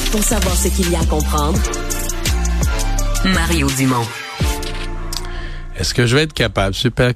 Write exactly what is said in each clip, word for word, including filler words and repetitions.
Pour savoir ce qu'il y a à comprendre, Mario Dumont. Est-ce que je vais être capable? Super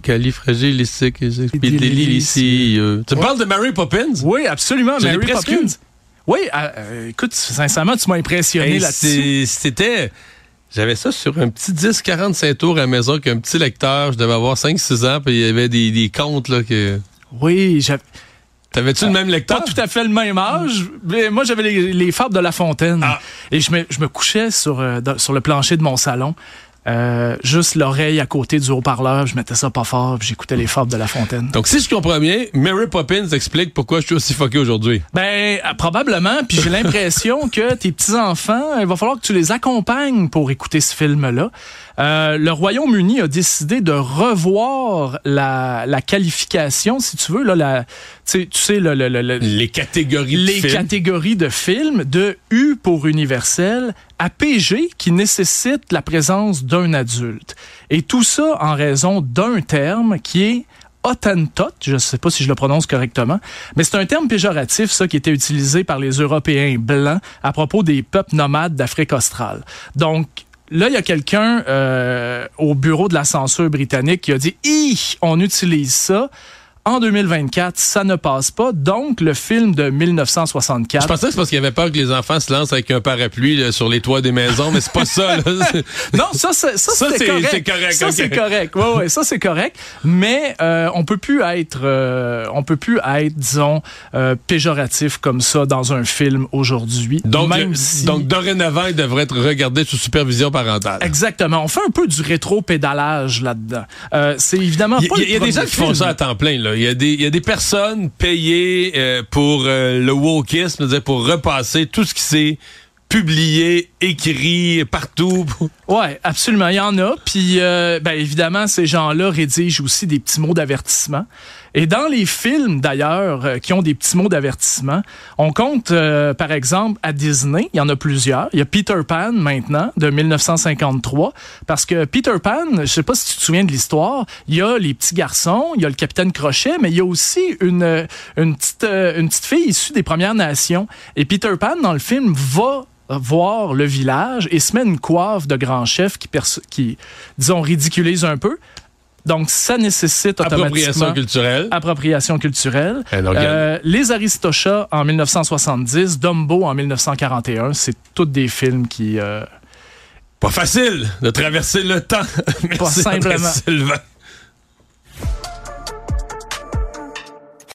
califragilistiquepidélicieux. Tu me parles de Mary Poppins? Oui, absolument. Je Mary l'ai presque Poppins. eu. Oui, euh, écoute, sincèrement, tu m'as impressionné Hey, là-dessus. c'est- C'était... J'avais ça sur un petit disque quarante-cinq tours à la maison avec un petit lecteur. Je devais avoir cinq six ans, puis il y avait des, des contes là que... Oui, j'avais... T'avais-tu le même lecteur? Pas tout à fait le même âge, mais moi j'avais les, les fables de La Fontaine. Ah. Et je me, je me couchais sur, euh, dans- sur le plancher de mon salon, euh, juste l'oreille à côté du haut-parleur, je mettais ça pas fort, puis j'écoutais les fables de La Fontaine. Donc, si je comprends bien, Mary Poppins explique pourquoi je suis aussi fucké aujourd'hui. Ben, euh, probablement, puis j'ai l'impression que tes petits-enfants, il va falloir que tu les accompagnes pour écouter ce film-là. Euh, le Royaume-Uni a décidé de revoir la, la qualification, si tu veux, là, la, tu sais, tu sais, le, le, le, le- Les catégories de les films. catégories de films, de U pour universel à P G, qui nécessite la présence d'un adulte. Et tout ça en raison d'un terme qui est Hottentot, je ne sais pas si je le prononce correctement, mais c'est un terme péjoratif, ça, qui était utilisé par les Européens blancs à propos des peuples nomades d'Afrique australe. Donc, là, il y a quelqu'un euh, au bureau de la censure britannique qui a dit « Hi, on utilise ça ». En deux mille vingt-quatre, ça ne passe pas. Donc, le film de mille neuf cent soixante-quatre... Je pensais que c'est parce qu'il y avait peur que les enfants se lancent avec un parapluie là, sur les toits des maisons, mais c'est pas ça. Là. Non, ça, c'est, ça, Ça, c'est, c'est- correct. c'est correct, Ça, ok. c'est correct. Ouais, ouais, ça, c'est correct. Mais euh, on peut plus être, euh, on peut plus être, disons, euh, péjoratif comme ça dans un film aujourd'hui. Donc, même le- si... donc, dorénavant, il devrait être regardé sous supervision parentale. Exactement. On fait un peu du rétro-pédalage là-dedans. Euh, c'est évidemment Il y, pas il le y a des premier gens qui font film. ça à temps plein. Là. Il y a des, il y a des personnes payées euh, pour euh, le wokisme, c'est-à-dire pour repasser tout ce qui s'est publié, écrit partout. Ouais, absolument. Il y en a. Puis, euh, ben, évidemment, ces gens-là rédigent aussi des petits mots d'avertissement. Et dans les films, d'ailleurs, euh, qui ont des petits mots d'avertissement, on compte, euh, par exemple, à Disney, il y en a plusieurs. Il y a Peter Pan, maintenant, de mille neuf cent cinquante-trois. Parce que Peter Pan, je sais pas si tu te souviens de l'histoire, il y a les petits garçons, il y a le capitaine Crochet, mais il y a aussi une, une, petite, euh, une petite fille issue des Premières Nations. Et Peter Pan, dans le film, va voir le village et se met une coiffe de grand chef qui, perso- qui disons, ridiculise un peu. Donc, ça nécessite automatiquement... Appropriation culturelle. Appropriation culturelle. Un organe. Euh, les Aristochats en mille neuf cent soixante-dix, Dumbo en mille neuf cent quarante et un, c'est tous des films qui... Euh, Pas facile de traverser le temps. Pas Merci, simplement. André Sylvain.